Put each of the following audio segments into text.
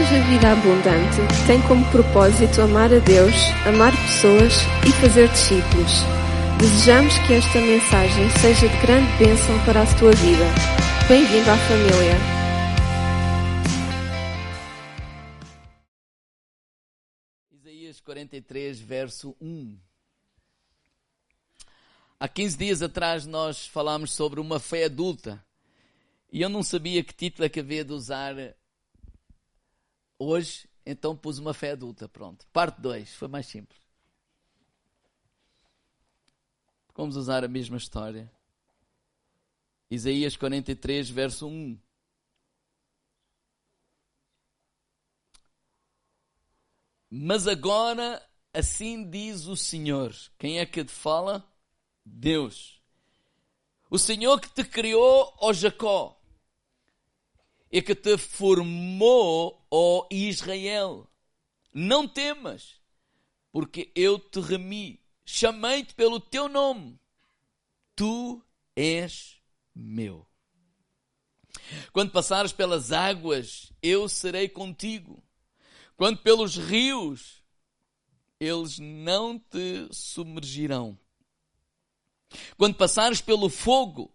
Igreja Vida Abundante tem como propósito amar a Deus, amar pessoas e fazer discípulos. Desejamos que esta mensagem seja de grande bênção para a tua vida. Bem-vindo à família. Isaías 43, verso 1. Há 15 dias atrás nós falámos sobre uma fé adulta. E eu não sabia que título é que havia de usar hoje, então pus uma fé adulta, pronto. Parte 2, foi mais simples. Vamos usar a mesma história. Isaías 43, verso 1. Mas agora, assim diz o Senhor. Quem é que te fala? Deus. O Senhor que te criou, ó Jacó, e que te formou, ó Israel. Não temas, porque eu te remi, chamei-te pelo teu nome. Tu és meu. Quando passares pelas águas, eu serei contigo. Quando pelos rios, eles não te submergirão. Quando passares pelo fogo,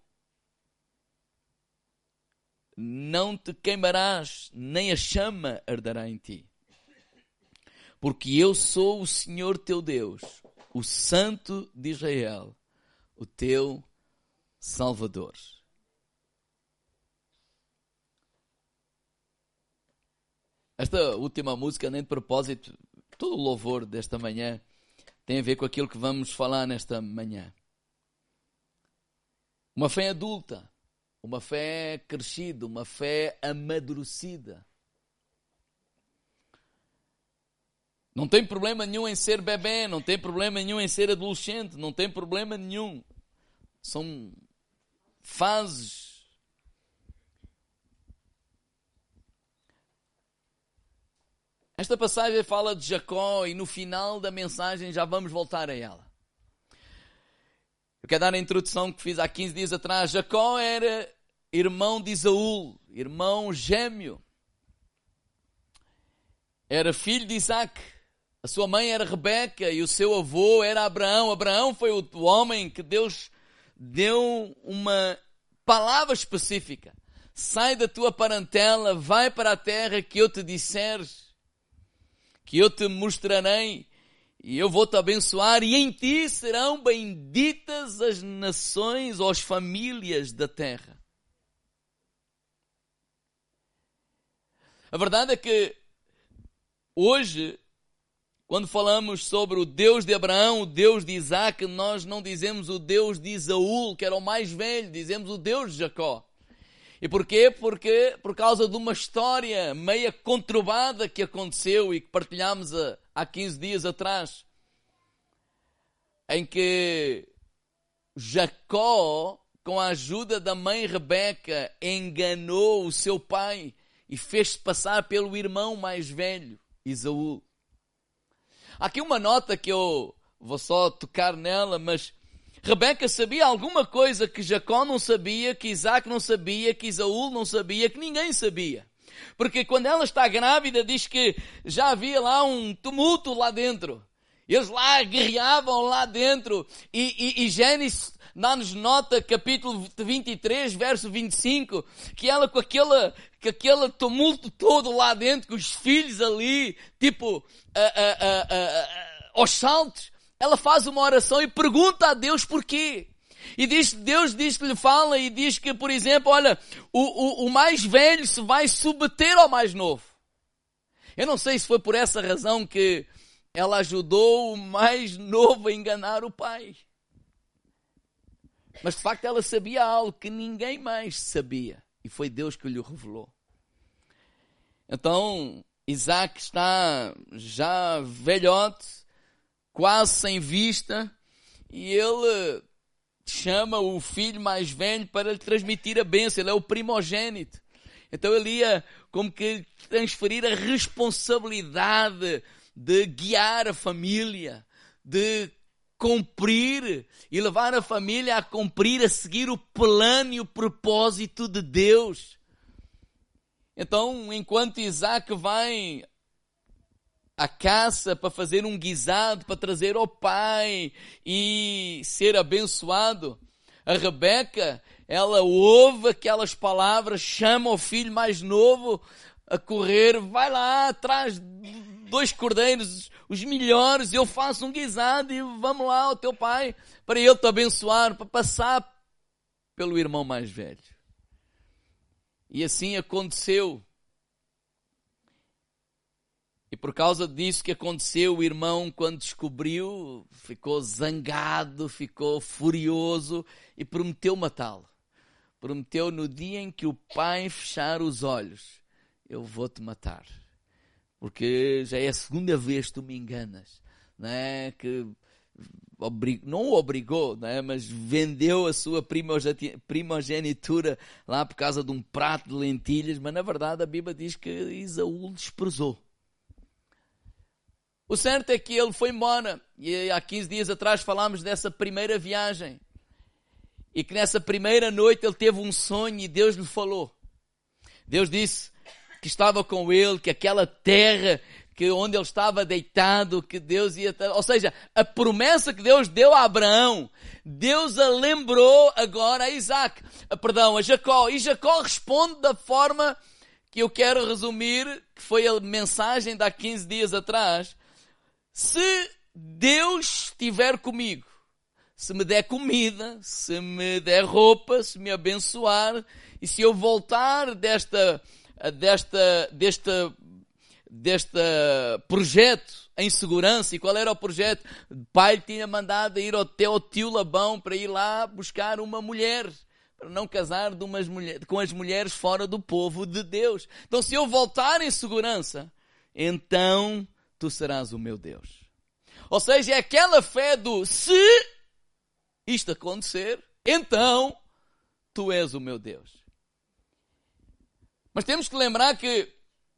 não te queimarás, nem a chama arderá em ti. Porque eu sou o Senhor teu Deus, o Santo de Israel, o teu Salvador. Esta última música, nem de propósito, todo o louvor desta manhã tem a ver com aquilo que vamos falar nesta manhã. Uma fé adulta, uma fé crescida, uma fé amadurecida. Não tem problema nenhum em ser bebê, não tem problema nenhum em ser adolescente, não tem problema nenhum. São fases. Esta passagem fala de Jacó e no final da mensagem já vamos voltar a ela. Eu quero dar a introdução que fiz há 15 dias atrás. Jacó era irmão de Esaú, irmão gêmeo. Era filho de Isaac. A sua mãe era Rebeca e o seu avô era Abraão. Abraão foi o homem que Deus deu uma palavra específica. Sai da tua parentela, vai para a terra que eu te disseres, que eu te mostrarei. E eu vou te abençoar, e em ti serão benditas as nações ou as famílias da terra. A verdade é que hoje, quando falamos sobre o Deus de Abraão, o Deus de Isaac, nós não dizemos o Deus de Esaú, que era o mais velho, dizemos o Deus de Jacó. E porquê? Porque por causa de uma história meia conturbada que aconteceu e que partilhámos há 15 dias atrás, em que Jacó, com a ajuda da mãe Rebeca, enganou o seu pai e fez-se passar pelo irmão mais velho, Esaú. Aqui uma nota que eu vou só tocar nela, mas Rebeca sabia alguma coisa que Jacó não sabia, que Isaac não sabia, que Esaú não sabia, que ninguém sabia. Porque quando ela está grávida, diz que já havia lá um tumulto lá dentro. Eles lá guerreavam lá dentro. E Gênesis dá-nos nota, capítulo 23, verso 25, que ela com aquele tumulto todo lá dentro, com os filhos ali, tipo, aos saltos, ela faz uma oração e pergunta a Deus porquê. E Deus diz que lhe fala e diz que, por exemplo, olha, o mais velho se vai submeter ao mais novo. Eu não sei se foi por essa razão que ela ajudou o mais novo a enganar o pai. Mas de facto ela sabia algo que ninguém mais sabia. E foi Deus que lhe revelou. Então, Isaac está já velhote, quase sem vista, e ele chama o filho mais velho para lhe transmitir a bênção. Ele é o primogênito. Então ele ia como que transferir a responsabilidade de guiar a família, de cumprir e levar a família a cumprir, a seguir o plano e o propósito de Deus. Então, enquanto Isaac vai à caça para fazer um guisado, para trazer ao pai e ser abençoado, a Rebeca, ela ouve aquelas palavras, chama o filho mais novo a correr, vai lá, traz 2 cordeiros, os melhores, eu faço um guisado e vamos lá ao teu pai, para ele te abençoar, para passar pelo irmão mais velho. E assim aconteceu. E por causa disso que aconteceu, o irmão, quando descobriu, ficou zangado, ficou furioso e prometeu matá-lo. Prometeu no dia em que o pai fechar os olhos, eu vou-te matar. Porque já é a 2ª vez que tu me enganas. Não é? Que não o obrigou, não é? Mas vendeu a sua primogenitura lá por causa de um prato de lentilhas. Mas na verdade a Bíblia diz que Esaú desprezou. O certo é que ele foi embora. E há 15 dias atrás falámos dessa primeira viagem. E que nessa primeira noite ele teve um sonho e Deus lhe falou. Deus disse que estava com ele, que aquela terra onde ele estava deitado, que Deus ia... Ou seja, a promessa que Deus deu a Abraão, Deus a lembrou agora a Isaac. A Jacó. E Jacó responde da forma que eu quero resumir, que foi a mensagem de há 15 dias atrás. Se Deus estiver comigo, se me der comida, se me der roupa, se me abençoar, e se eu voltar deste projeto em segurança, e qual era o projeto? O pai tinha mandado ir até ao tio Labão para ir lá buscar uma mulher, para não casar com as mulheres fora do povo de Deus. Então se eu voltar em segurança, então tu serás o meu Deus. Ou seja, é aquela fé do se isto acontecer, então tu és o meu Deus. Mas temos que lembrar que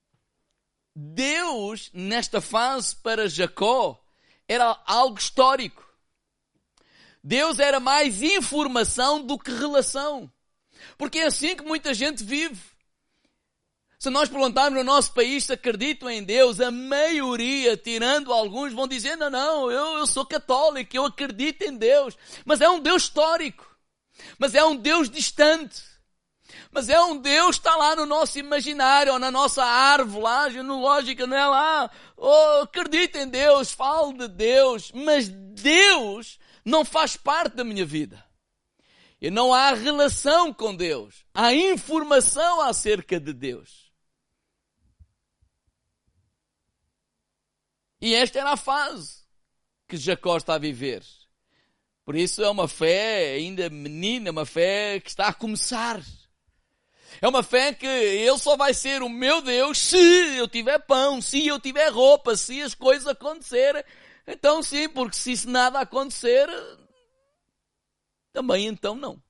Deus, nesta fase para Jacó, era algo histórico. Deus era mais informação do que relação. Porque é assim que muita gente vive. Se nós perguntarmos no nosso país se acreditam em Deus, a maioria, tirando alguns, vão dizer, não, eu sou católico, eu acredito em Deus. Mas é um Deus histórico. Mas é um Deus distante. Mas é um Deus que está lá no nosso imaginário, ou na nossa árvore lá, genealógica, não é lá. Acredito em Deus, falo de Deus, mas Deus não faz parte da minha vida. E não há relação com Deus. Há informação acerca de Deus. E esta era a fase que Jacó está a viver. Por isso é uma fé ainda menina, uma fé que está a começar. É uma fé que Ele só vai ser o meu Deus se eu tiver pão, se eu tiver roupa, se as coisas acontecerem. Então sim, porque se nada acontecer, também então não.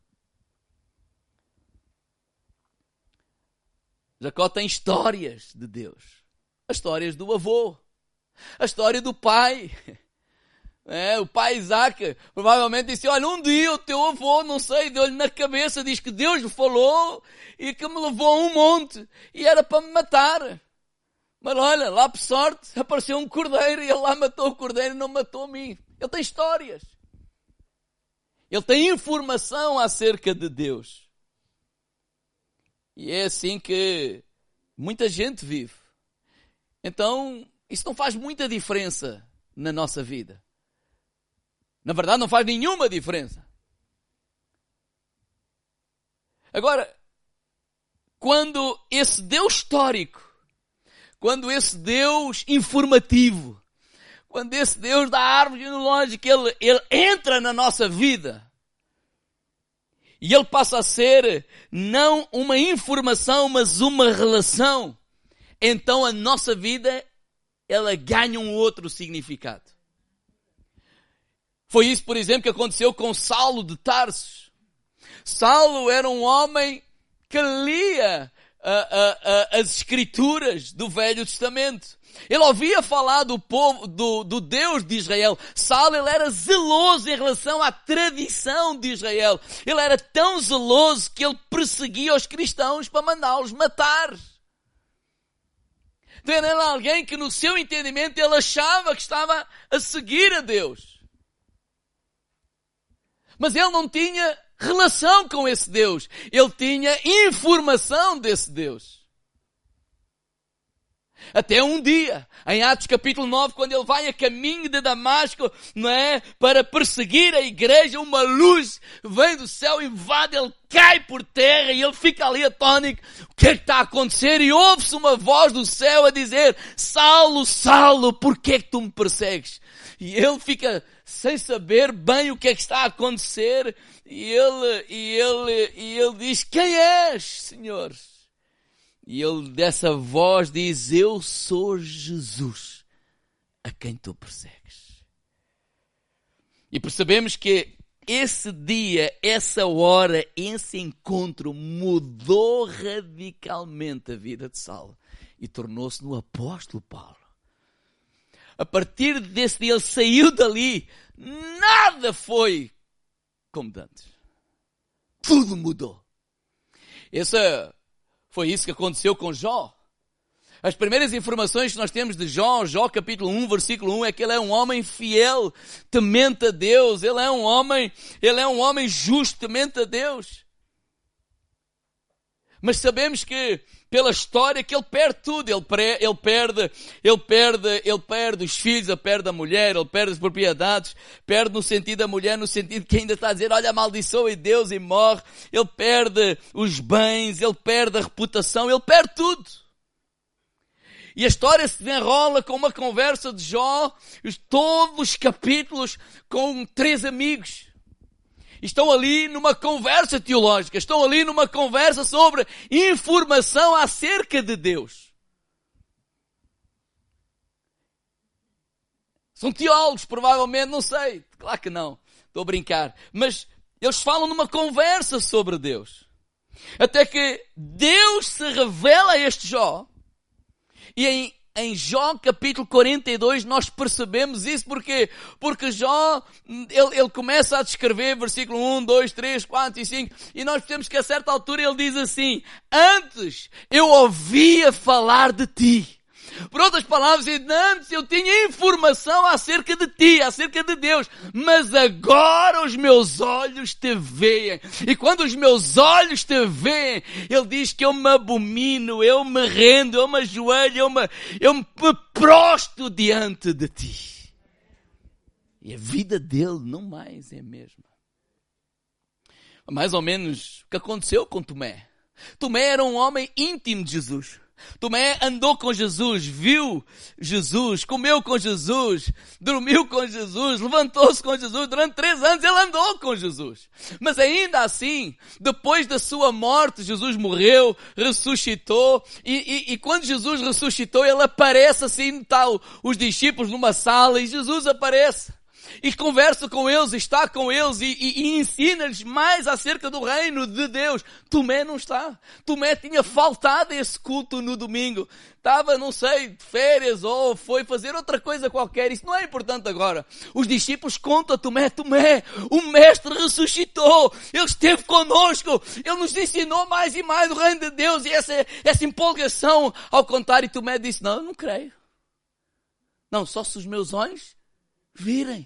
Jacó tem histórias de Deus. As histórias do avô. A história do pai. O pai Isaac provavelmente disse, olha, um dia o teu avô, não sei, deu-lhe na cabeça, diz que Deus lhe falou e que me levou a um monte e era para me matar. Mas olha, lá por sorte apareceu um cordeiro e ele lá matou o cordeiro e não matou a mim. Ele tem histórias. Ele tem informação acerca de Deus. E é assim que muita gente vive. Então, isso não faz muita diferença na nossa vida. Na verdade, não faz nenhuma diferença. Agora, quando esse Deus histórico, quando esse Deus informativo, quando esse Deus da árvore genealógica, ele entra na nossa vida, e ele passa a ser não uma informação, mas uma relação, então a nossa vida, ela ganha um outro significado. Foi isso, por exemplo, que aconteceu com Saulo de Tarso. Saulo era um homem que lia as escrituras do Velho Testamento. Ele ouvia falar do povo, do Deus de Israel. Saulo, ele era zeloso em relação à tradição de Israel. Ele era tão zeloso que ele perseguia os cristãos para mandá-los matar. Então ele era alguém que no seu entendimento ele achava que estava a seguir a Deus. Mas ele não tinha relação com esse Deus. Ele tinha informação desse Deus. Até um dia, em Atos capítulo 9, quando ele vai a caminho de Damasco, não é? Para perseguir a igreja, uma luz vem do céu, invade, ele cai por terra e ele fica ali atónito. O que é que está a acontecer? E ouve-se uma voz do céu a dizer: Saulo, Saulo, por que é que tu me persegues? E ele fica sem saber bem o que é que está a acontecer. E ele diz: quem és, Senhor? E ele dessa voz diz: eu sou Jesus, a quem tu persegues. E percebemos que esse dia, essa hora, esse encontro mudou radicalmente a vida de Saulo e tornou-se no apóstolo Paulo. A partir desse dia ele saiu dali, nada foi como antes. Tudo mudou. Foi isso que aconteceu com Jó. As primeiras informações que nós temos de Jó capítulo 1, versículo 1, é que ele é um homem fiel, temente a Deus. Ele é um homem justo, temente a Deus. Mas sabemos que, pela história, que ele perde tudo. Ele perde os filhos, ele perde a mulher, ele perde as propriedades, perde no sentido da mulher, no sentido que ainda está a dizer: olha, amaldiçoa Deus, e morre. Ele perde os bens, ele perde a reputação, ele perde tudo. E a história se desenrola com uma conversa de Jó, todos os capítulos, com 3 amigos. Estão ali numa conversa teológica, estão ali numa conversa sobre informação acerca de Deus. São teólogos, provavelmente, não sei, claro que não, estou a brincar. Mas eles falam numa conversa sobre Deus. Até que Deus se revela a este Jó. E em Jó capítulo 42 nós percebemos isso. Porquê? Porque Jó, ele começa a descrever versículo 1, 2, 3, 4 e 5. E nós percebemos que a certa altura ele diz assim: antes eu ouvia falar de ti. Por outras palavras, antes eu tinha informação acerca de ti, acerca de Deus, mas agora os meus olhos te veem. E quando os meus olhos te veem, ele diz que eu me abomino, eu me rendo, eu me ajoelho, eu me prostro diante de ti. E a vida dele não mais é a mesma. Mais ou menos o que aconteceu com Tomé. Tomé era um homem íntimo de Jesus. Tomé andou com Jesus, viu Jesus, comeu com Jesus, dormiu com Jesus, levantou-se com Jesus. Durante 3 anos ele andou com Jesus. Mas ainda assim, depois da sua morte, Jesus morreu, ressuscitou. E quando Jesus ressuscitou, ele aparece assim, os discípulos numa sala, e Jesus aparece. E conversa com eles, está com eles e ensina-lhes mais acerca do reino de Deus. Tomé não está. Tomé tinha faltado esse culto no domingo. Estava, não sei, de férias ou foi fazer outra coisa qualquer. Isso não é importante agora. Os discípulos contam a Tomé: o mestre ressuscitou. Ele esteve conosco. Ele nos ensinou mais e mais o reino de Deus. E essa empolgação ao contar. E Tomé disse: não, eu não creio. Não, só se os meus olhos virem.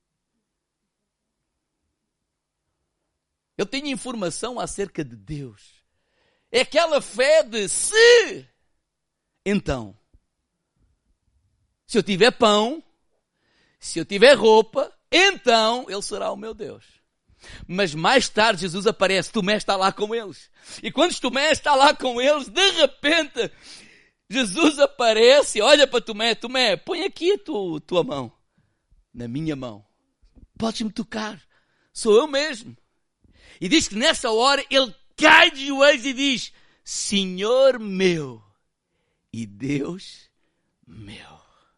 Eu tenho informação acerca de Deus. É aquela fé de se. Então, se eu tiver pão, se eu tiver roupa, então Ele será o meu Deus. Mas mais tarde Jesus aparece, Tomé está lá com eles. E quando Tomé está lá com eles, de repente, Jesus aparece e olha para Tomé: Tomé, põe aqui a tua mão na minha mão. Podes-me tocar, sou eu mesmo. E diz que nessa hora ele cai de joelhos e diz: Senhor meu e Deus meu.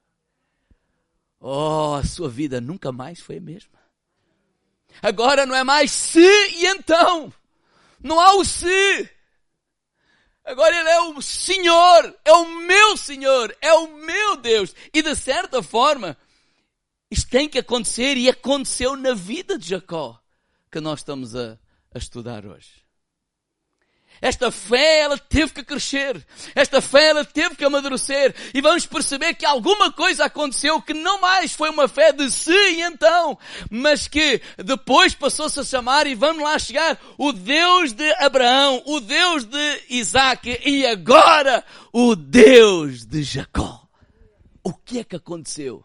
Oh, a sua vida nunca mais foi a mesma. Agora não é mais se e então. Não há o se. Agora Ele é o Senhor, é o meu Senhor, é o meu Deus. E de certa forma, isto tem que acontecer, e aconteceu na vida de Jacó, que nós estamos a estudar hoje. Esta fé, ela teve que crescer. Esta fé, ela teve que amadurecer. E vamos perceber que alguma coisa aconteceu que não mais foi uma fé de si e então, mas que depois passou-se a chamar, e vamos lá chegar, o Deus de Abraão, o Deus de Isaac e agora o Deus de Jacó. O que é que aconteceu?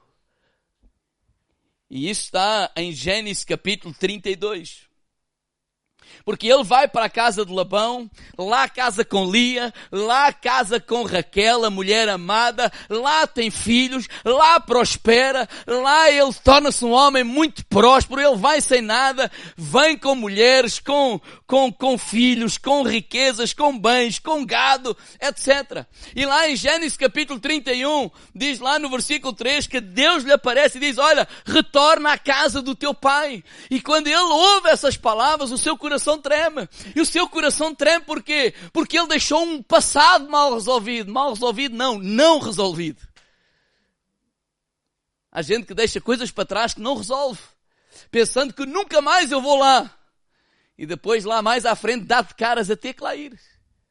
E isso está em Gênesis capítulo 32. Porque ele vai para a casa de Labão, lá casa com Lia, lá casa com Raquel, a mulher amada, lá tem filhos, lá prospera, lá ele torna-se um homem muito próspero, ele vai sem nada, vem com mulheres, com filhos, com riquezas, com bens, com gado, etc. E lá em Gênesis capítulo 31, diz lá no versículo 3 que Deus lhe aparece e diz, olha, retorna à casa do teu pai. E quando ele ouve essas palavras, o seu coração treme. E o seu coração treme por quê? Porque ele deixou um passado mal resolvido. Mal resolvido não resolvido. Há gente que deixa coisas para trás que não resolve. Pensando que nunca mais eu vou lá. E depois lá mais à frente dá de caras a ter que lá ir.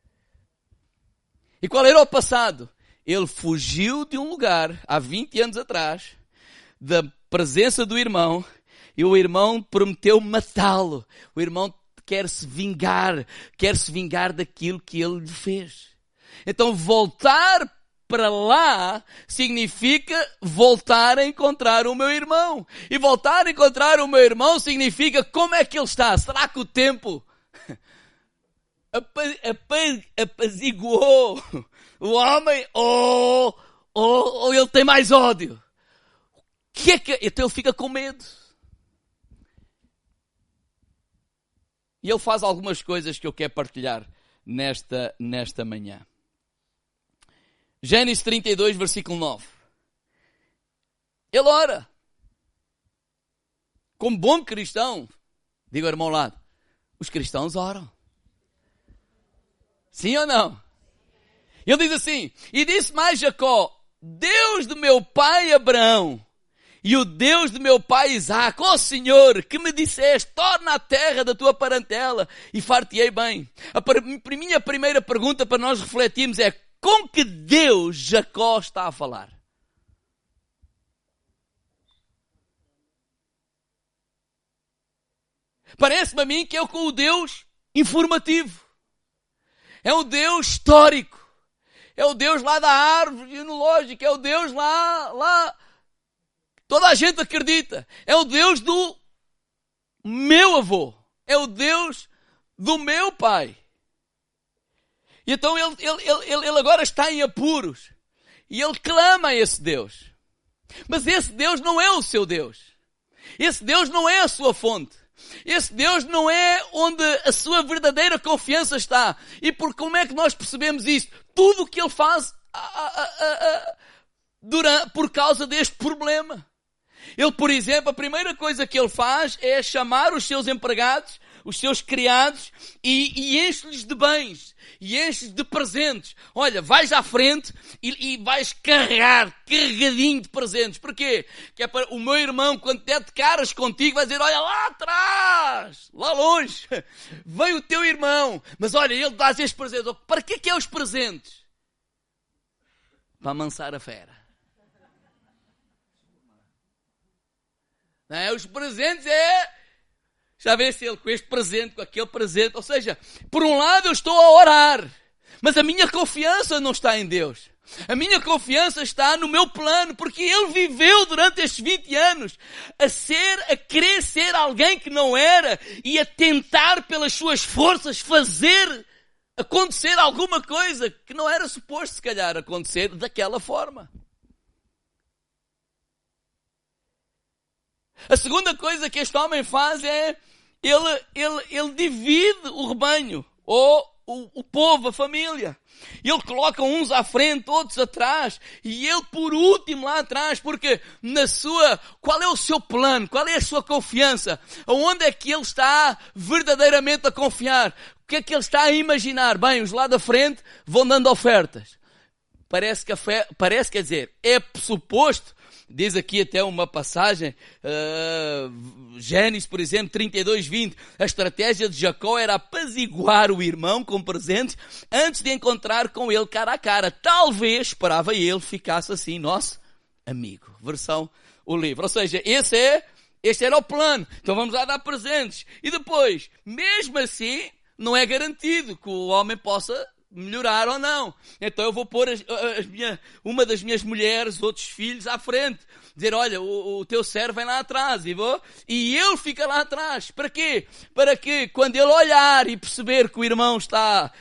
E qual era o passado? Ele fugiu de um lugar há 20 anos atrás, da presença do irmão, e o irmão prometeu matá-lo. O irmão quer se vingar daquilo que ele lhe fez. Então voltar para lá significa voltar a encontrar o meu irmão. E voltar a encontrar o meu irmão significa como é que ele está? Será que o tempo apaziguou o homem ou ele tem mais ódio? Então ele fica com medo. E ele faz algumas coisas que eu quero partilhar nesta manhã. Gênesis 32, versículo 9. Ele ora. Como bom cristão, diga ao irmão ao lado, os cristãos oram. Sim ou não? Ele diz assim, e disse mais Jacó, Deus do meu pai Abraão, e o Deus do meu pai Isaac, ó Senhor, que me disseste, torna a terra da tua parentela e far-te-ei bem. A minha primeira pergunta para nós refletirmos é, com que Deus Jacó está a falar? Parece-me a mim que é com o Deus informativo. É o Deus histórico. É o Deus lá da árvore genealógica. É o Deus lá... Toda a gente acredita. É o Deus do meu avô. É o Deus do meu pai. E então ele agora está em apuros. E ele clama a esse Deus. Mas esse Deus não é o seu Deus. Esse Deus não é a sua fonte. Esse Deus não é onde a sua verdadeira confiança está. E como é que nós percebemos isso? Tudo o que ele faz por causa deste problema. Ele, por exemplo, a primeira coisa que ele faz é chamar os seus empregados, os seus criados, e enche-lhes de bens, e enche-lhes de presentes. Olha, vais à frente e vais carregadinho de presentes. Porquê? Que é para o meu irmão, quando der de caras contigo, vai dizer, olha lá atrás, lá longe, vem o teu irmão. Mas olha, ele dá estes presentes. Para que é os presentes? Para amansar a fera. Não é? Os presentes já vê se ele com este presente, com aquele presente. Ou seja, por um lado eu estou a orar, mas a minha confiança não está em Deus. A minha confiança está no meu plano, porque ele viveu durante estes 20 anos a querer ser alguém que não era e a tentar pelas suas forças fazer acontecer alguma coisa que não era suposto se calhar acontecer daquela forma. A segunda coisa que este homem faz é, ele divide o rebanho, ou o povo, a família. Ele coloca uns à frente, outros atrás, e ele por último lá atrás, porque qual é o seu plano? Qual é a sua confiança? Aonde é que ele está verdadeiramente a confiar? O que é que ele está a imaginar? Bem, os lá da frente vão dando ofertas. Quer dizer, é suposto Diz aqui até uma passagem, Gênesis, por exemplo, 32:20. A estratégia de Jacó era apaziguar o irmão com presentes antes de encontrar com ele cara a cara. Talvez, esperava ele, ficasse assim, nosso amigo. Versão o livro. Ou seja, este era o plano. Então vamos lá dar presentes. E depois, mesmo assim, não é garantido que o homem possa melhorar ou não. Então eu vou pôr uma das minhas mulheres, outros filhos à frente. Dizer, olha, o teu servo vem lá atrás. E ele fica lá atrás. Para quê? Para que quando ele olhar e perceber que o irmão está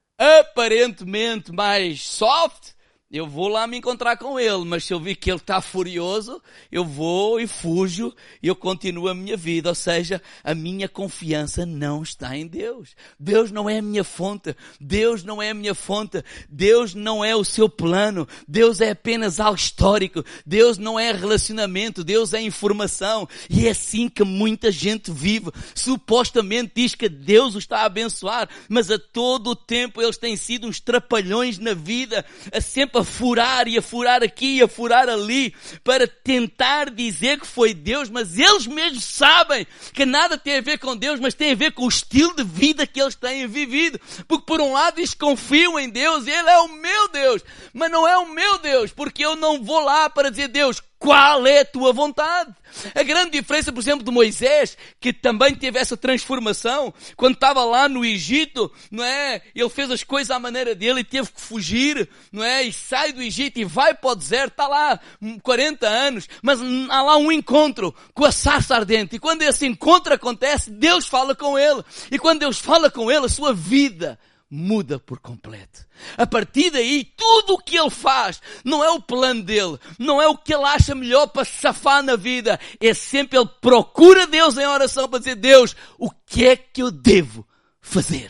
aparentemente mais soft, eu vou lá me encontrar com ele, mas se eu vi que ele está furioso, eu vou e fujo e eu continuo a minha vida. Ou seja, a minha confiança não está em Deus. Deus não é a minha fonte. Deus não é a minha fonte. Deus não é o seu plano. Deus é apenas algo histórico. Deus não é relacionamento. Deus é informação. E é assim que muita gente vive. Supostamente diz que Deus o está a abençoar, mas a todo o tempo eles têm sido uns trapalhões na vida, sempre a furar e a furar aqui e a furar ali para tentar dizer que foi Deus, mas eles mesmos sabem que nada tem a ver com Deus, mas tem a ver com o estilo de vida que eles têm vivido. Porque por um lado eles confiam em Deus, Ele é o meu Deus, mas não é o meu Deus, porque eu não vou lá para dizer, Deus, qual é a tua vontade? A grande diferença, por exemplo, de Moisés, que também teve essa transformação, quando estava lá no Egito, não é? Ele fez as coisas à maneira dele e teve que fugir, não é? E sai do Egito e vai para o deserto, está lá 40 anos, mas há lá um encontro com a sarça ardente. E quando esse encontro acontece, Deus fala com ele. E quando Deus fala com ele, a sua vida muda por completo. A partir daí, tudo o que ele faz não é o plano dele, não é o que ele acha melhor para safar na vida, é sempre ele procura Deus em oração para dizer, Deus, o que é que eu devo fazer?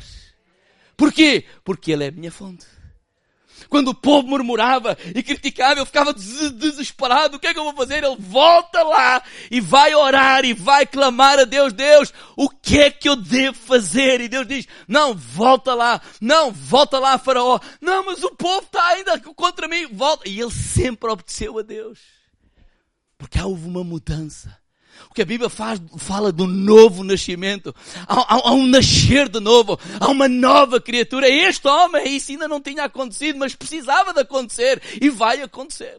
Porquê? Porque Ele é a minha fonte. Quando o povo murmurava e criticava, eu ficava desesperado. O que é que eu vou fazer? Ele volta lá e vai orar e vai clamar a Deus. Deus, o que é que eu devo fazer? E Deus diz, não, volta lá. Não, volta lá, Faraó. Não, mas o povo está ainda contra mim. Volta. E ele sempre obedeceu a Deus. Porque houve uma mudança. O que a Bíblia fala do novo nascimento. Há um nascer de novo. Há uma nova criatura. Este homem, isso ainda não tinha acontecido, mas precisava de acontecer. E vai acontecer.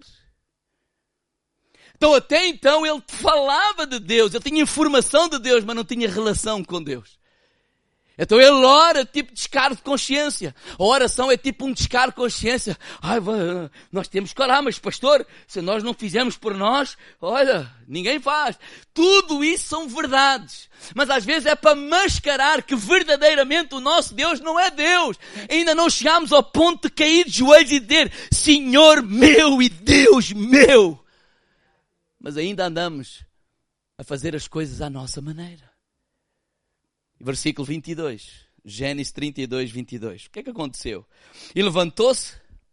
Então, até então, ele falava de Deus. Ele tinha informação de Deus, mas não tinha relação com Deus. Então ele ora tipo descargo de consciência. A oração é tipo um descargo de consciência. Ai, nós temos que orar, mas pastor, se nós não fizermos por nós, olha, ninguém faz. Tudo isso são verdades. Mas às vezes é para mascarar que verdadeiramente o nosso Deus não é Deus. Ainda não chegamos ao ponto de cair de joelhos e dizer, Senhor meu e Deus meu. Mas ainda andamos a fazer as coisas à nossa maneira. Versículo 22, Gênesis 32, 22. O que é que aconteceu? E levantou-se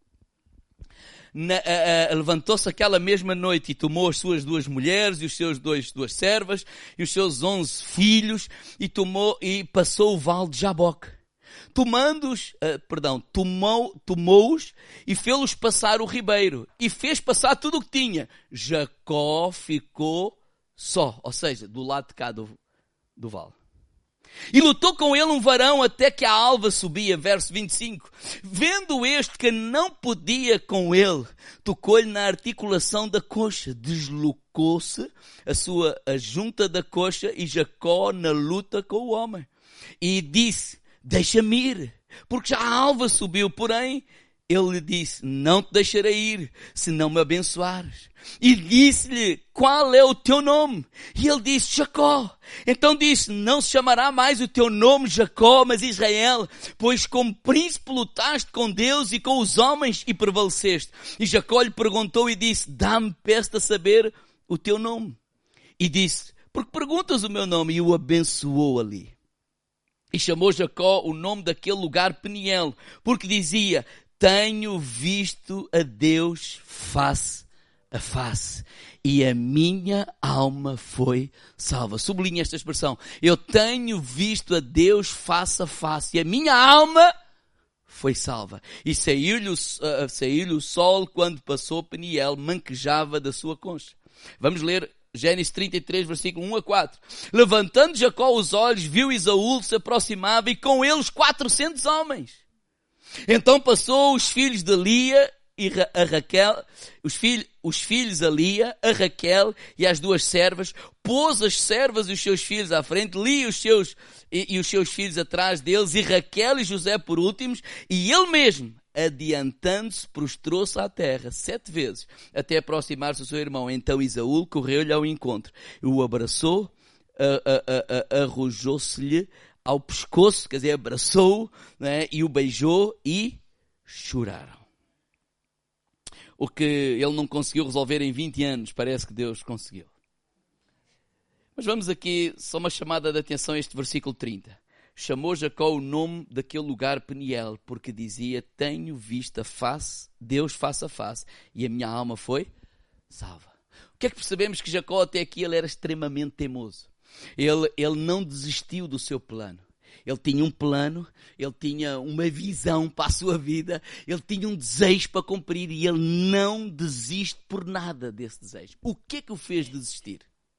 aquela mesma noite e tomou as suas 2 mulheres e os seus 2 servas e os seus 11 filhos e passou o vale de Jaboque. Tomou-os e fê-los passar o ribeiro e fez passar tudo o que tinha. Jacó ficou só, ou seja, do lado de cá do vale. E lutou com ele um varão até que a alva subia, verso 25. Vendo este que não podia com ele, tocou-lhe na articulação da coxa, deslocou-se a junta da coxa e Jacó na luta com o homem. E disse, deixa-me ir, porque já a alva subiu, porém ele lhe disse, não te deixarei ir, se não me abençoares. E disse-lhe, qual é o teu nome? E ele disse, Jacó. Então disse, não se chamará mais o teu nome Jacó, mas Israel, pois como príncipe lutaste com Deus e com os homens e prevaleceste. E Jacó lhe perguntou e disse, dá-me peste a saber o teu nome. E disse, porque perguntas o meu nome? E o abençoou ali. E chamou Jacó o nome daquele lugar Peniel, porque dizia, tenho visto a Deus face a face e a minha alma foi salva. Sublinha esta expressão. Eu tenho visto a Deus face a face e a minha alma foi salva. E saiu-lhe o sol quando passou Peniel, manquejava da sua concha. Vamos ler Gênesis 33, versículo 1 a 4. Levantando Jacó os olhos, viu Esaú se aproximava e com eles 400 homens. Então passou os filhos de Lia e a Raquel, os filhos a Lia, a Raquel e as duas servas, pôs as servas e os seus filhos à frente, Lia e os seus filhos atrás deles, e Raquel e José por últimos, e ele mesmo, adiantando-se, prostrou-se à terra 7 vezes, até aproximar-se do seu irmão. Então Esaú correu-lhe ao encontro, o abraçou, arrojou-se-lhe ao pescoço, quer dizer, abraçou-o, né, e o beijou e choraram. O que ele não conseguiu resolver em 20 anos, parece que Deus conseguiu. Mas vamos aqui, só uma chamada de atenção a este versículo 30. Chamou Jacó o nome daquele lugar Peniel, porque dizia, tenho visto Deus face a face, e a minha alma foi salva. O que é que percebemos? Que Jacó até aqui ele era extremamente teimoso. Ele não desistiu do seu plano. Ele tinha um plano, ele tinha uma visão para a sua vida, ele tinha um desejo para cumprir e ele não desiste por nada desse desejo. O que é que o fez desistir?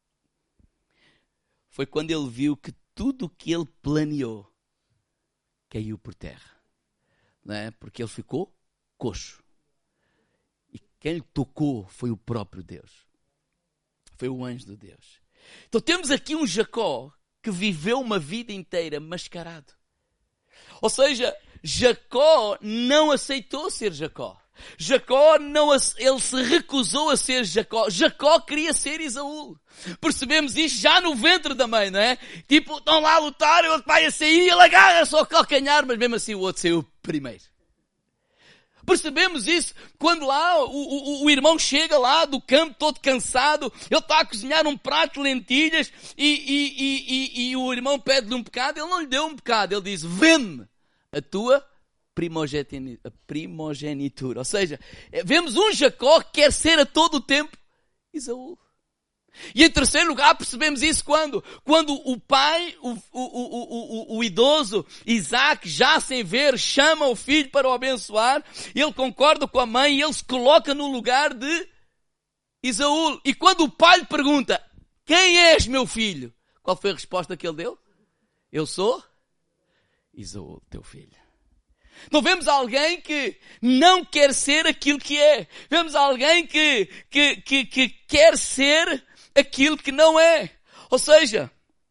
Foi quando ele viu que tudo o que ele planeou caiu por terra. Não é? Porque ele ficou coxo. E quem lhe tocou foi o próprio Deus. Foi o anjo de Deus. Então temos aqui um Jacó que viveu uma vida inteira mascarado. Ou seja, Jacó não aceitou ser Jacó. Ele se recusou a ser Jacó. Jacó queria ser Esaú. Percebemos isto já no ventre da mãe, não é? Tipo, estão lá a lutar, ele vai a sair, ele agarra só o calcanhar, mas mesmo assim o outro saiu primeiro. Percebemos isso quando lá o irmão chega lá do campo todo cansado, ele está a cozinhar um prato de lentilhas e o irmão pede-lhe um bocado, ele não lhe deu um bocado, ele diz, vende-me a tua primogenitura. Ou seja, vemos um Jacó que quer ser a todo o tempo Esaú. E em terceiro lugar percebemos isso quando o pai, o idoso Isaac, já sem ver, chama o filho para o abençoar, ele concorda com a mãe e ele se coloca no lugar de Esaú. E quando o pai lhe pergunta, quem és, meu filho? Qual foi a resposta que ele deu? Eu sou Esaú, teu filho. Então vemos alguém que não quer ser aquilo que é. Vemos alguém que quer ser aquilo que não é. Ou seja,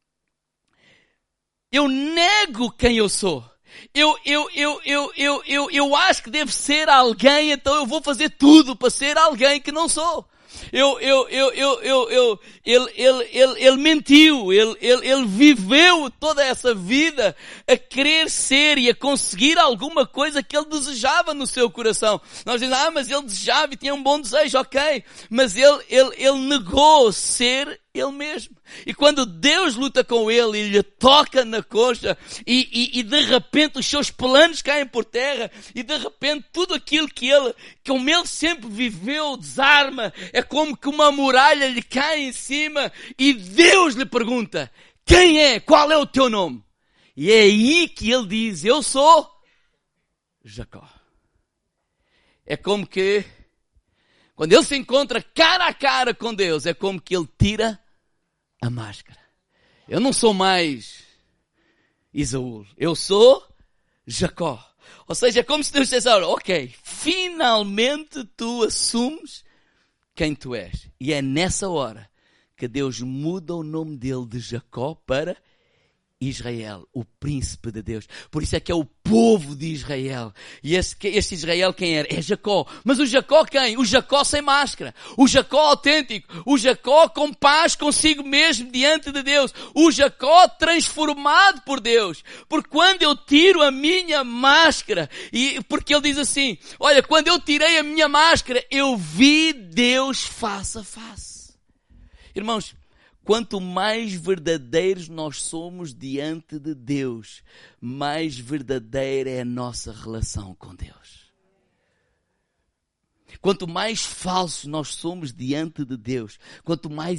eu nego quem eu sou. Eu acho que devo ser alguém, então eu vou fazer tudo para ser alguém que não sou. Ele mentiu, ele viveu toda essa vida a querer ser e a conseguir alguma coisa que ele desejava no seu coração. Nós dizemos, mas ele desejava e tinha um bom desejo, ok. Mas ele negou ser ele mesmo. E quando Deus luta com ele e lhe toca na coxa e de repente os seus planos caem por terra e de repente tudo aquilo como ele sempre viveu desarma, é como que uma muralha lhe cai em cima e Deus lhe pergunta, quem é? Qual é o teu nome? E é aí que ele diz, eu sou Jacó. É como que quando ele se encontra cara a cara com Deus, é como que ele tira a máscara. Eu não sou mais Esaú, eu sou Jacó. Ou seja, é como se Deus dissesse, ok, finalmente tu assumes quem tu és. E é nessa hora que Deus muda o nome dele de Jacó para Israel, o príncipe de Deus. Por isso é que é o povo de Israel. E este Israel quem era? É Jacó. Mas o Jacó quem? O Jacó sem máscara. O Jacó autêntico. O Jacó com paz consigo mesmo diante de Deus. O Jacó transformado por Deus. Porque quando eu tiro a minha máscara, porque ele diz assim, olha, quando eu tirei a minha máscara, eu vi Deus face a face. Irmãos, quanto mais verdadeiros nós somos diante de Deus, mais verdadeira é a nossa relação com Deus. Quanto mais falsos nós somos diante de Deus, quanto mais hipócritas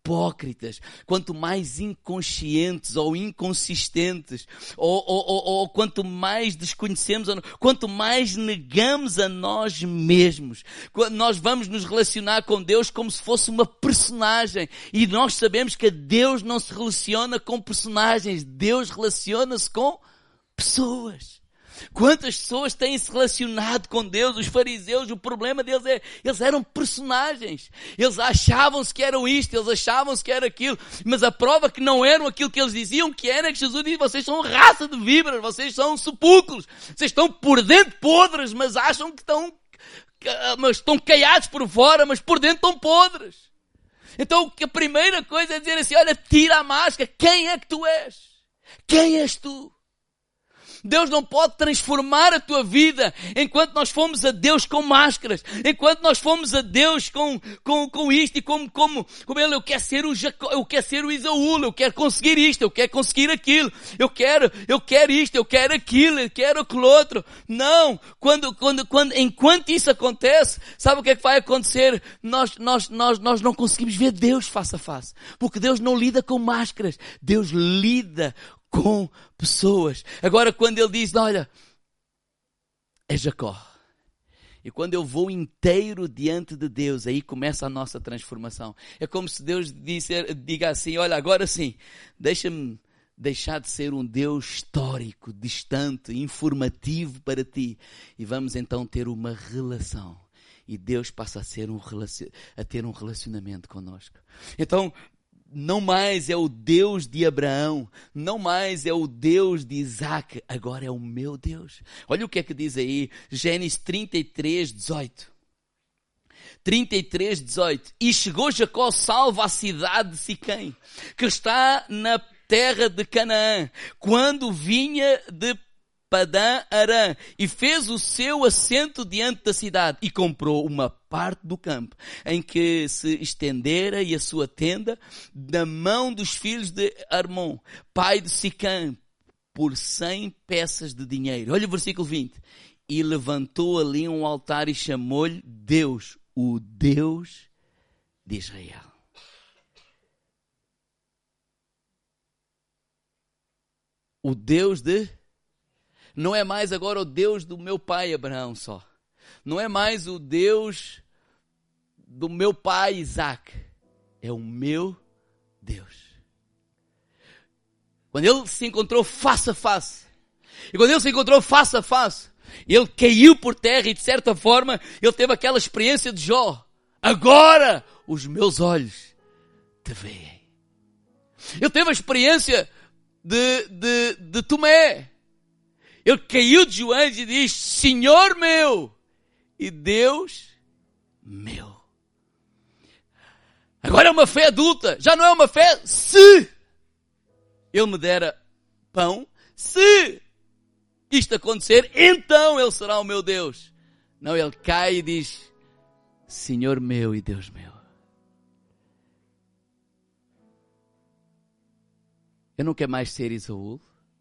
hipócritas, quanto mais inconscientes ou inconsistentes, ou quanto mais desconhecemos, quanto mais negamos a nós mesmos, nós vamos nos relacionar com Deus como se fosse uma personagem, e nós sabemos que Deus não se relaciona com personagens, Deus relaciona-se com pessoas. Quantas pessoas têm se relacionado com Deus? Os fariseus, o problema deles é, eles eram personagens. Eles achavam-se que eram isto, eles achavam-se que era aquilo, mas a prova que não eram aquilo que eles diziam que era, é que Jesus disse: vocês são raça de víboras, vocês são sepulcros, vocês estão por dentro podres, mas acham que estão caiados por fora, mas por dentro estão podres. Então a primeira coisa é dizer assim: olha, tira a máscara, quem é que tu és? Quem és tu? Deus não pode transformar a tua vida enquanto nós fomos a Deus com máscaras, enquanto nós fomos a Deus com isto e como ele, eu quero ser o Jacó, eu quero ser o Isaú, eu quero conseguir isto, eu quero conseguir aquilo, eu quero isto, eu quero aquilo, eu quero aquilo outro. Não, enquanto isso acontece, sabe o que é que vai acontecer? Nós não conseguimos ver Deus face a face, porque Deus não lida com máscaras, Deus lida com pessoas. Agora, quando ele diz: olha, é Jacó, e quando eu vou inteiro diante de Deus, aí começa a nossa transformação. É como se Deus diga assim: olha, agora sim, deixa-me deixar de ser um Deus histórico, distante, informativo para ti, e vamos então ter uma relação. E Deus passa a ter um relacionamento connosco. Então, não mais é o Deus de Abraão, não mais é o Deus de Isaac, agora é o meu Deus. Olha o que é que diz aí, Gênesis 33, 18. 33, 18. E chegou Jacó salvo à cidade de Siquém, que está na terra de Canaã, quando vinha de Padã Arã, e fez o seu assento diante da cidade, e comprou uma parte do campo, em que se estendera e a sua tenda, da mão dos filhos de Armon, pai de Siquém, por 100 peças de dinheiro. Olha o versículo 20. E levantou ali um altar e chamou-lhe Deus, o Deus de Israel. O Deus de... Não é mais agora o Deus do meu pai Abraão só. Não é mais o Deus do meu pai Isaac. É o meu Deus. Quando ele se encontrou face a face, e quando ele se encontrou face a face, ele caiu por terra e de certa forma ele teve aquela experiência de Jó. Agora os meus olhos te veem. Ele teve a experiência de Tomé. Ele caiu de joelhos e diz: Senhor meu e Deus meu. Agora é uma fé adulta. Já não é uma fé se Ele me dera pão. Se isto acontecer, então Ele será o meu Deus. Não, ele cai e diz: Senhor meu e Deus meu. Eu não quero mais ser Isaú.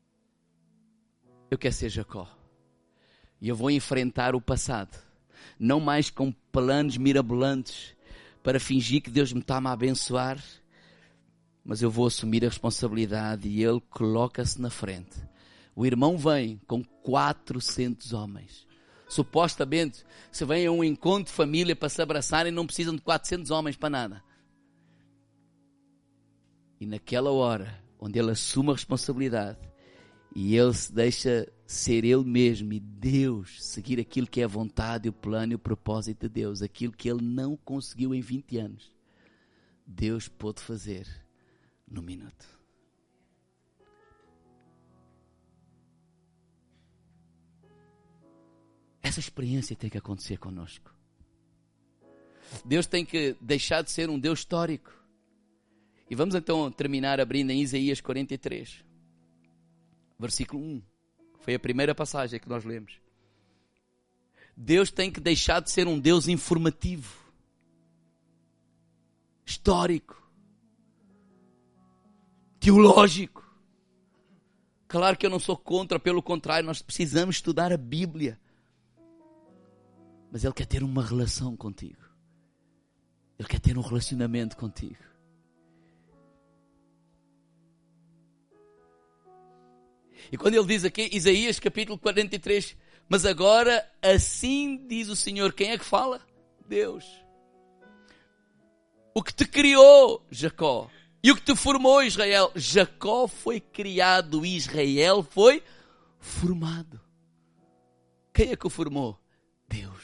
Eu quero ser Jacó. E eu vou enfrentar o passado. Não mais com planos mirabolantes para fingir que Deus me está a abençoar. Mas eu vou assumir a responsabilidade e ele coloca-se na frente. O irmão vem com 400 homens. Supostamente, se vem a um encontro de família para se abraçarem, não precisam de 400 homens para nada. E naquela hora, onde ele assume a responsabilidade, e ele se deixa ser ele mesmo e Deus seguir aquilo que é a vontade, o plano e o propósito de Deus. Aquilo que ele não conseguiu em 20 anos. Deus pôde fazer num minuto. Essa experiência tem que acontecer conosco. Deus tem que deixar de ser um Deus histórico. E vamos então terminar abrindo em Isaías 43. Versículo 1, foi a primeira passagem que nós lemos. Deus tem que deixar de ser um Deus informativo, histórico, teológico. Claro que eu não sou contra, pelo contrário, nós precisamos estudar a Bíblia. Mas Ele quer ter uma relação contigo. Ele quer ter um relacionamento contigo. E quando ele diz aqui, Isaías capítulo 43, mas agora assim diz o Senhor, quem é que fala? Deus. O que te criou, Jacó, e o que te formou, Israel. Jacó foi criado, Israel foi formado. Quem é que o formou? Deus.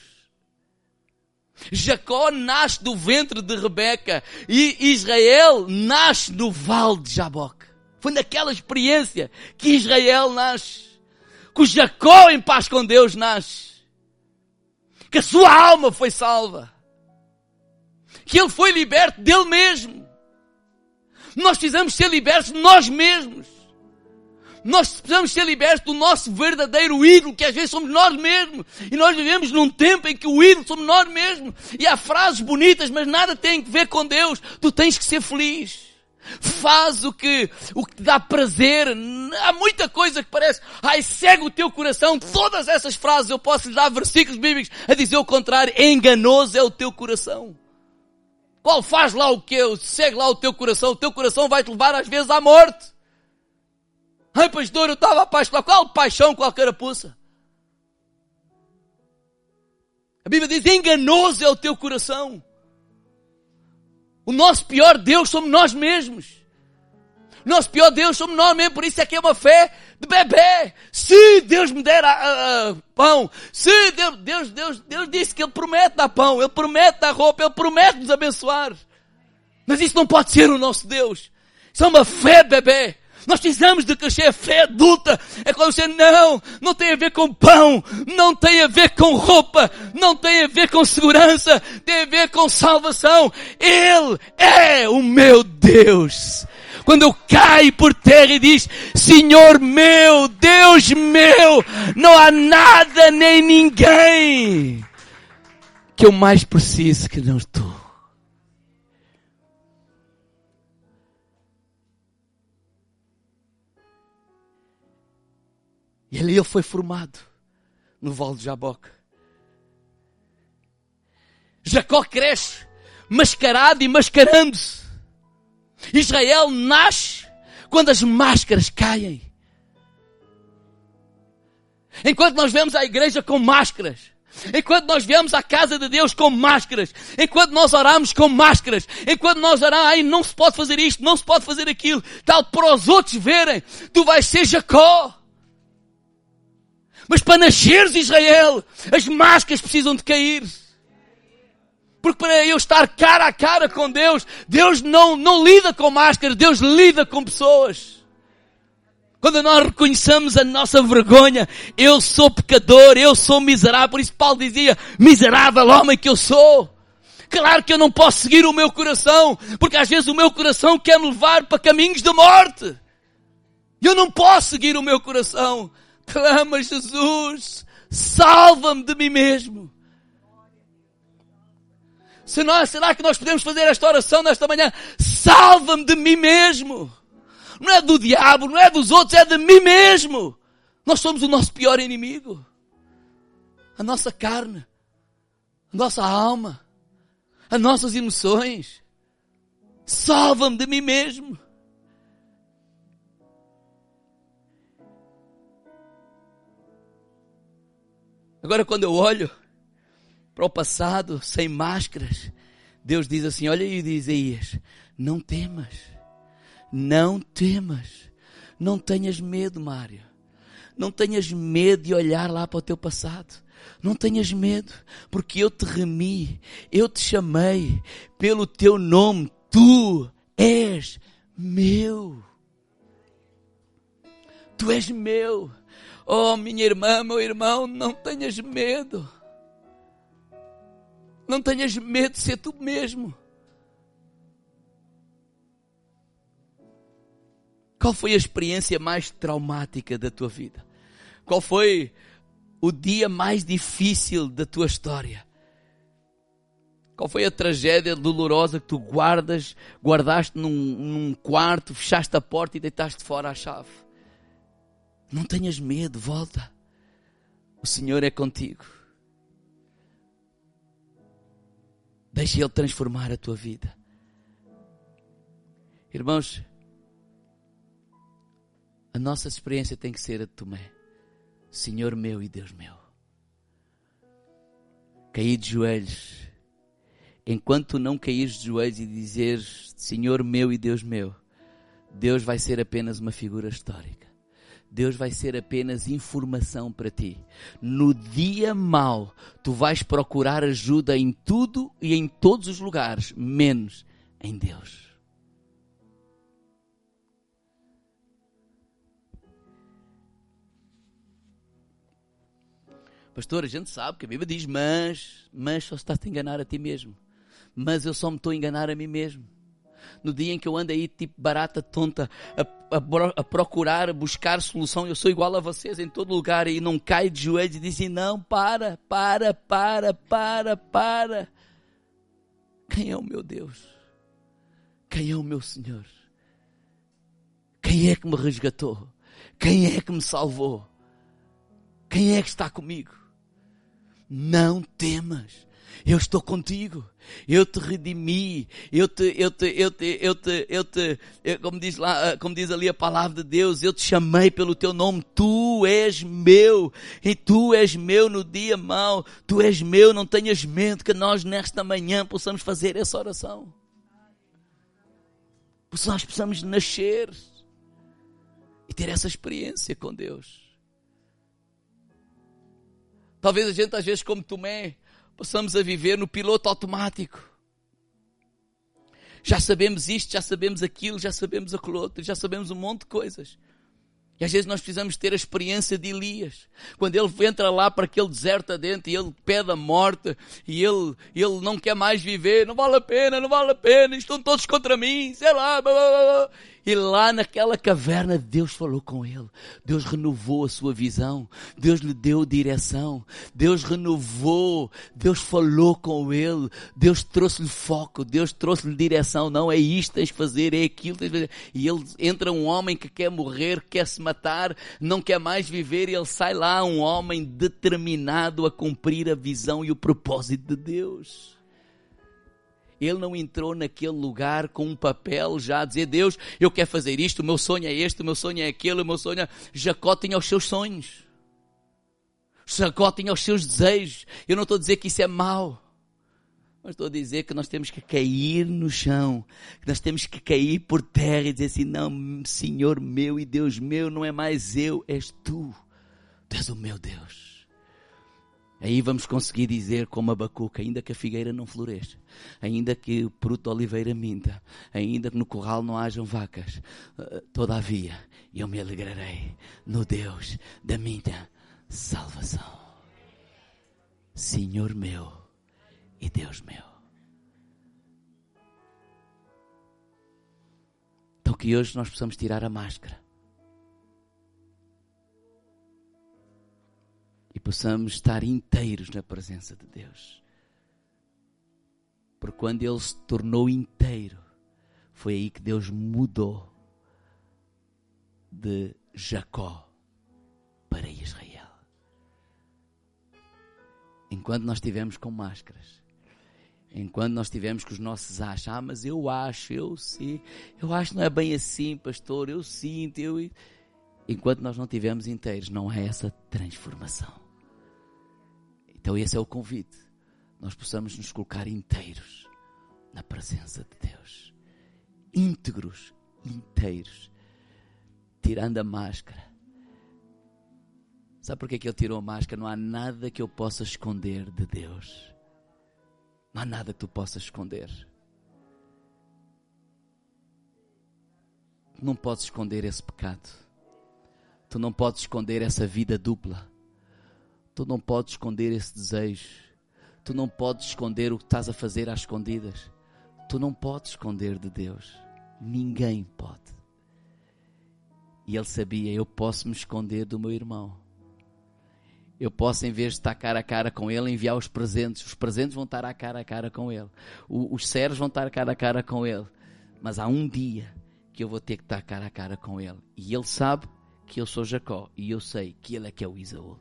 Jacó nasce do ventre de Rebeca e Israel nasce no vale de Jaboque. Foi naquela experiência que Israel nasce, que o Jacó em paz com Deus nasce, que a sua alma foi salva, que ele foi liberto dele mesmo. Nós precisamos ser libertos de nós mesmos. Nós precisamos ser libertos do nosso verdadeiro ídolo, que às vezes somos nós mesmos. E nós vivemos num tempo em que o ídolo somos nós mesmos. E há frases bonitas, mas nada tem a ver com Deus. Tu tens que ser feliz. Faz o que te dá prazer. Há muita coisa que parece, ai, segue o teu coração. Todas essas frases eu posso lhe dar versículos bíblicos a dizer o contrário. Enganoso é o teu coração. Qual faz lá o que? Segue lá o teu coração vai te levar às vezes à morte. Ai, pastor, eu estava apaixonado. Qual paixão, qual carapuça? A Bíblia diz, enganoso é o teu coração. O nosso pior Deus somos nós mesmos. O nosso pior Deus somos nós mesmos. Por isso é que é uma fé de bebê. Se Deus me der pão, se Deus disse que Ele promete dar pão, Ele promete dar roupa, Ele promete nos abençoar. Mas isso não pode ser o nosso Deus. Isso é uma fé de bebê. Nós precisamos de crescer. A fé adulta é quando você não tem a ver com pão, não tem a ver com roupa, não tem a ver com segurança, tem a ver com salvação. Ele é o meu Deus. Quando eu caio por terra e diz, Senhor meu, Deus meu, não há nada nem ninguém que eu mais preciso que não tu. E ali ele foi formado, no vale de Jaboque. Jacó cresce, mascarado e mascarando-se. Israel nasce quando as máscaras caem. Enquanto nós vemos a igreja com máscaras, enquanto nós vemos a casa de Deus com máscaras, enquanto nós oramos com máscaras, enquanto nós oramos, ai, não se pode fazer isto, não se pode fazer aquilo, tal, para os outros verem, tu vais ser Jacó. Mas para nasceres, Israel, as máscaras precisam de cair. Porque para eu estar cara a cara com Deus, Deus não lida com máscaras, Deus lida com pessoas. Quando nós reconhecemos a nossa vergonha, eu sou pecador, eu sou miserável, por isso Paulo dizia, miserável homem que eu sou. Claro que eu não posso seguir o meu coração, porque às vezes o meu coração quer me levar para caminhos de morte. Eu não posso seguir o meu coração. Clama, Jesus, salva-me de mim mesmo. Será que nós podemos fazer esta oração nesta manhã? Salva-me de mim mesmo. Não é do diabo, não é dos outros, é de mim mesmo. Nós somos o nosso pior inimigo. A nossa carne, a nossa alma, as nossas emoções. Salva-me de mim mesmo. Agora quando eu olho para o passado, sem máscaras, Deus diz assim, olha aí de Isaías, não temas, não temas, não tenhas medo, Mário, não tenhas medo de olhar lá para o teu passado, não tenhas medo, porque eu te remi, eu te chamei pelo teu nome, tu és meu, tu és meu. Oh, minha irmã, meu irmão, não tenhas medo. Não tenhas medo de ser tu mesmo. Qual foi a experiência mais traumática da tua vida? Qual foi o dia mais difícil da tua história? Qual foi a tragédia dolorosa que tu guardaste num quarto, fechaste a porta e deitaste fora a chave? Não tenhas medo, volta. O Senhor é contigo. Deixa Ele transformar a tua vida. Irmãos, A nossa experiência tem que ser a de Tomé. Senhor meu e Deus meu. Cair de joelhos. Enquanto não caíres de joelhos e dizeres Senhor meu e Deus meu, Deus vai ser apenas uma figura histórica. Deus vai ser apenas informação para ti. No dia mau, tu vais procurar ajuda em tudo e em todos os lugares, menos em Deus. Pastor, a gente sabe que a Bíblia diz, mas só estás a enganar a ti mesmo. Mas eu só me estou a enganar a mim mesmo. No dia em que eu ando aí tipo barata tonta a procurar, a buscar solução, eu sou igual a vocês em todo lugar e não caio de joelhos e dizem, não, para. Quem é o meu Deus? Quem é o meu Senhor? Quem é que me resgatou? Quem é que me salvou? Quem é que está comigo? Não temas. Eu estou contigo, eu te redimi, como diz ali a palavra de Deus, eu te chamei pelo teu nome, tu és meu, e tu és meu no dia mau, tu és meu, não tenhas medo que nós nesta manhã possamos fazer essa oração. Porque nós possamos nascer e ter essa experiência com Deus. Talvez a gente às vezes como Tomé, possamos a viver no piloto automático. Já sabemos isto, já sabemos aquilo, já sabemos aquilo outro, já sabemos um monte de coisas. E às vezes nós precisamos ter a experiência de Elias. Quando ele entra lá para aquele deserto adentro e ele pede a morte e ele não quer mais viver, não vale a pena, estão todos contra mim, sei lá, blá, blá, blá. E lá naquela caverna Deus falou com ele, Deus renovou a sua visão, Deus lhe deu direção, Deus renovou, Deus falou com ele, Deus trouxe-lhe foco, Deus trouxe-lhe direção, não é isto tens que fazer, é aquilo tens que fazer. E ele entra um homem que quer morrer, quer se matar, não quer mais viver e ele sai lá um homem determinado a cumprir a visão e o propósito de Deus. Ele não entrou naquele lugar com um papel já a dizer, Deus, eu quero fazer isto, o meu sonho é este, o meu sonho é aquele, o meu sonho é... Jacó tinha os seus sonhos. Jacó tinha os seus desejos. Eu não estou a dizer que isso é mau. Mas estou a dizer que nós temos que cair no chão. Que nós temos que cair por terra e dizer assim, não, Senhor meu e Deus meu, não é mais eu, és tu. Tu és o meu Deus. Aí vamos conseguir dizer como Abacuque, ainda que a figueira não floresça, ainda que o fruto de oliveira minta, ainda que no curral não hajam vacas, todavia eu me alegrarei no Deus da minha salvação. Senhor meu e Deus meu. Então que hoje nós possamos tirar a máscara. E possamos estar inteiros na presença de Deus. Porque quando Ele se tornou inteiro, foi aí que Deus mudou de Jacó para Israel. Enquanto nós estivemos com máscaras, enquanto nós estivemos com os nossos achos, mas eu acho, eu sei, eu acho que não é bem assim, pastor, eu sinto, enquanto nós não estivermos inteiros, não há essa transformação. Então esse é o convite. Nós possamos nos colocar inteiros na presença de Deus. Íntegros, inteiros. Tirando a máscara. Sabe porquê que ele tirou a máscara? Não há nada que eu possa esconder de Deus. Não há nada que tu possas esconder. Tu não podes esconder esse pecado. Tu não podes esconder essa vida dupla. Tu não podes esconder esse desejo. Tu não podes esconder o que estás a fazer às escondidas. Tu não podes esconder de Deus. Ninguém pode. E ele sabia, eu posso me esconder do meu irmão. Eu posso, em vez de estar cara a cara com ele, enviar os presentes. Os presentes vão estar cara a cara com ele. Os seres vão estar cara a cara com ele. Mas há um dia que eu vou ter que estar cara a cara com ele. E ele sabe que eu sou Jacó. E eu sei que ele é que é o Isaú.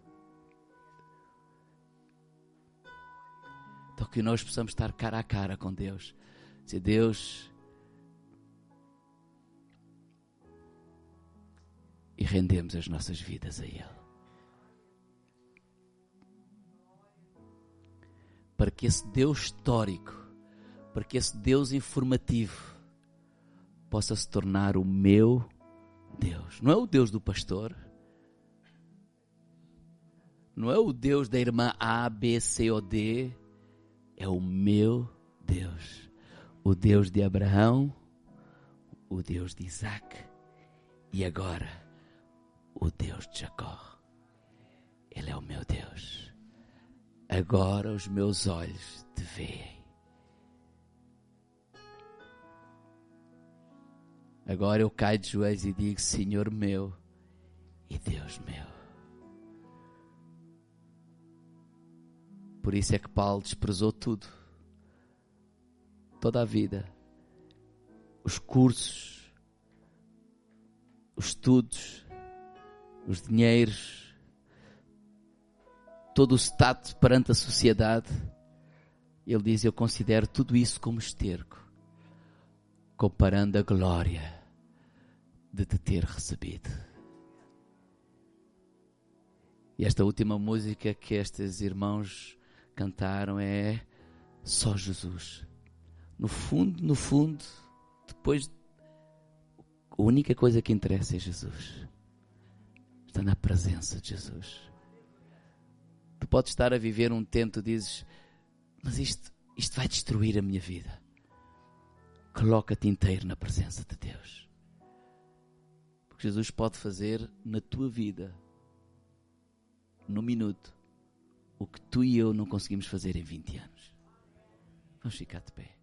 Então que nós possamos estar cara a cara com Deus. Dizer, Deus, e rendemos as nossas vidas a Ele. Para que esse Deus histórico, para que esse Deus informativo possa se tornar o meu Deus. Não é o Deus do pastor, não é o Deus da irmã A, B, C ou D, é o meu Deus. O Deus de Abraão, o Deus de Isaac e agora o Deus de Jacó. Ele é o meu Deus. Agora os meus olhos te veem. Agora eu caio de joelhos e digo: Senhor meu e Deus meu. Por isso é que Paulo desprezou tudo. Toda a vida. Os cursos, os estudos, os dinheiros, todo o status perante a sociedade. Ele diz: eu considero tudo isso como esterco, comparando a glória de te ter recebido. E esta última música que estes irmãos cantaram é só Jesus. No fundo, depois, a única coisa que interessa é Jesus. Está na presença de Jesus. Tu podes estar a viver um tempo, tu dizes: mas isto vai destruir a minha vida. Coloca-te inteiro na presença de Deus. Porque Jesus pode fazer na tua vida, no minuto, o que tu e eu não conseguimos fazer em 20 anos. Vamos ficar de pé.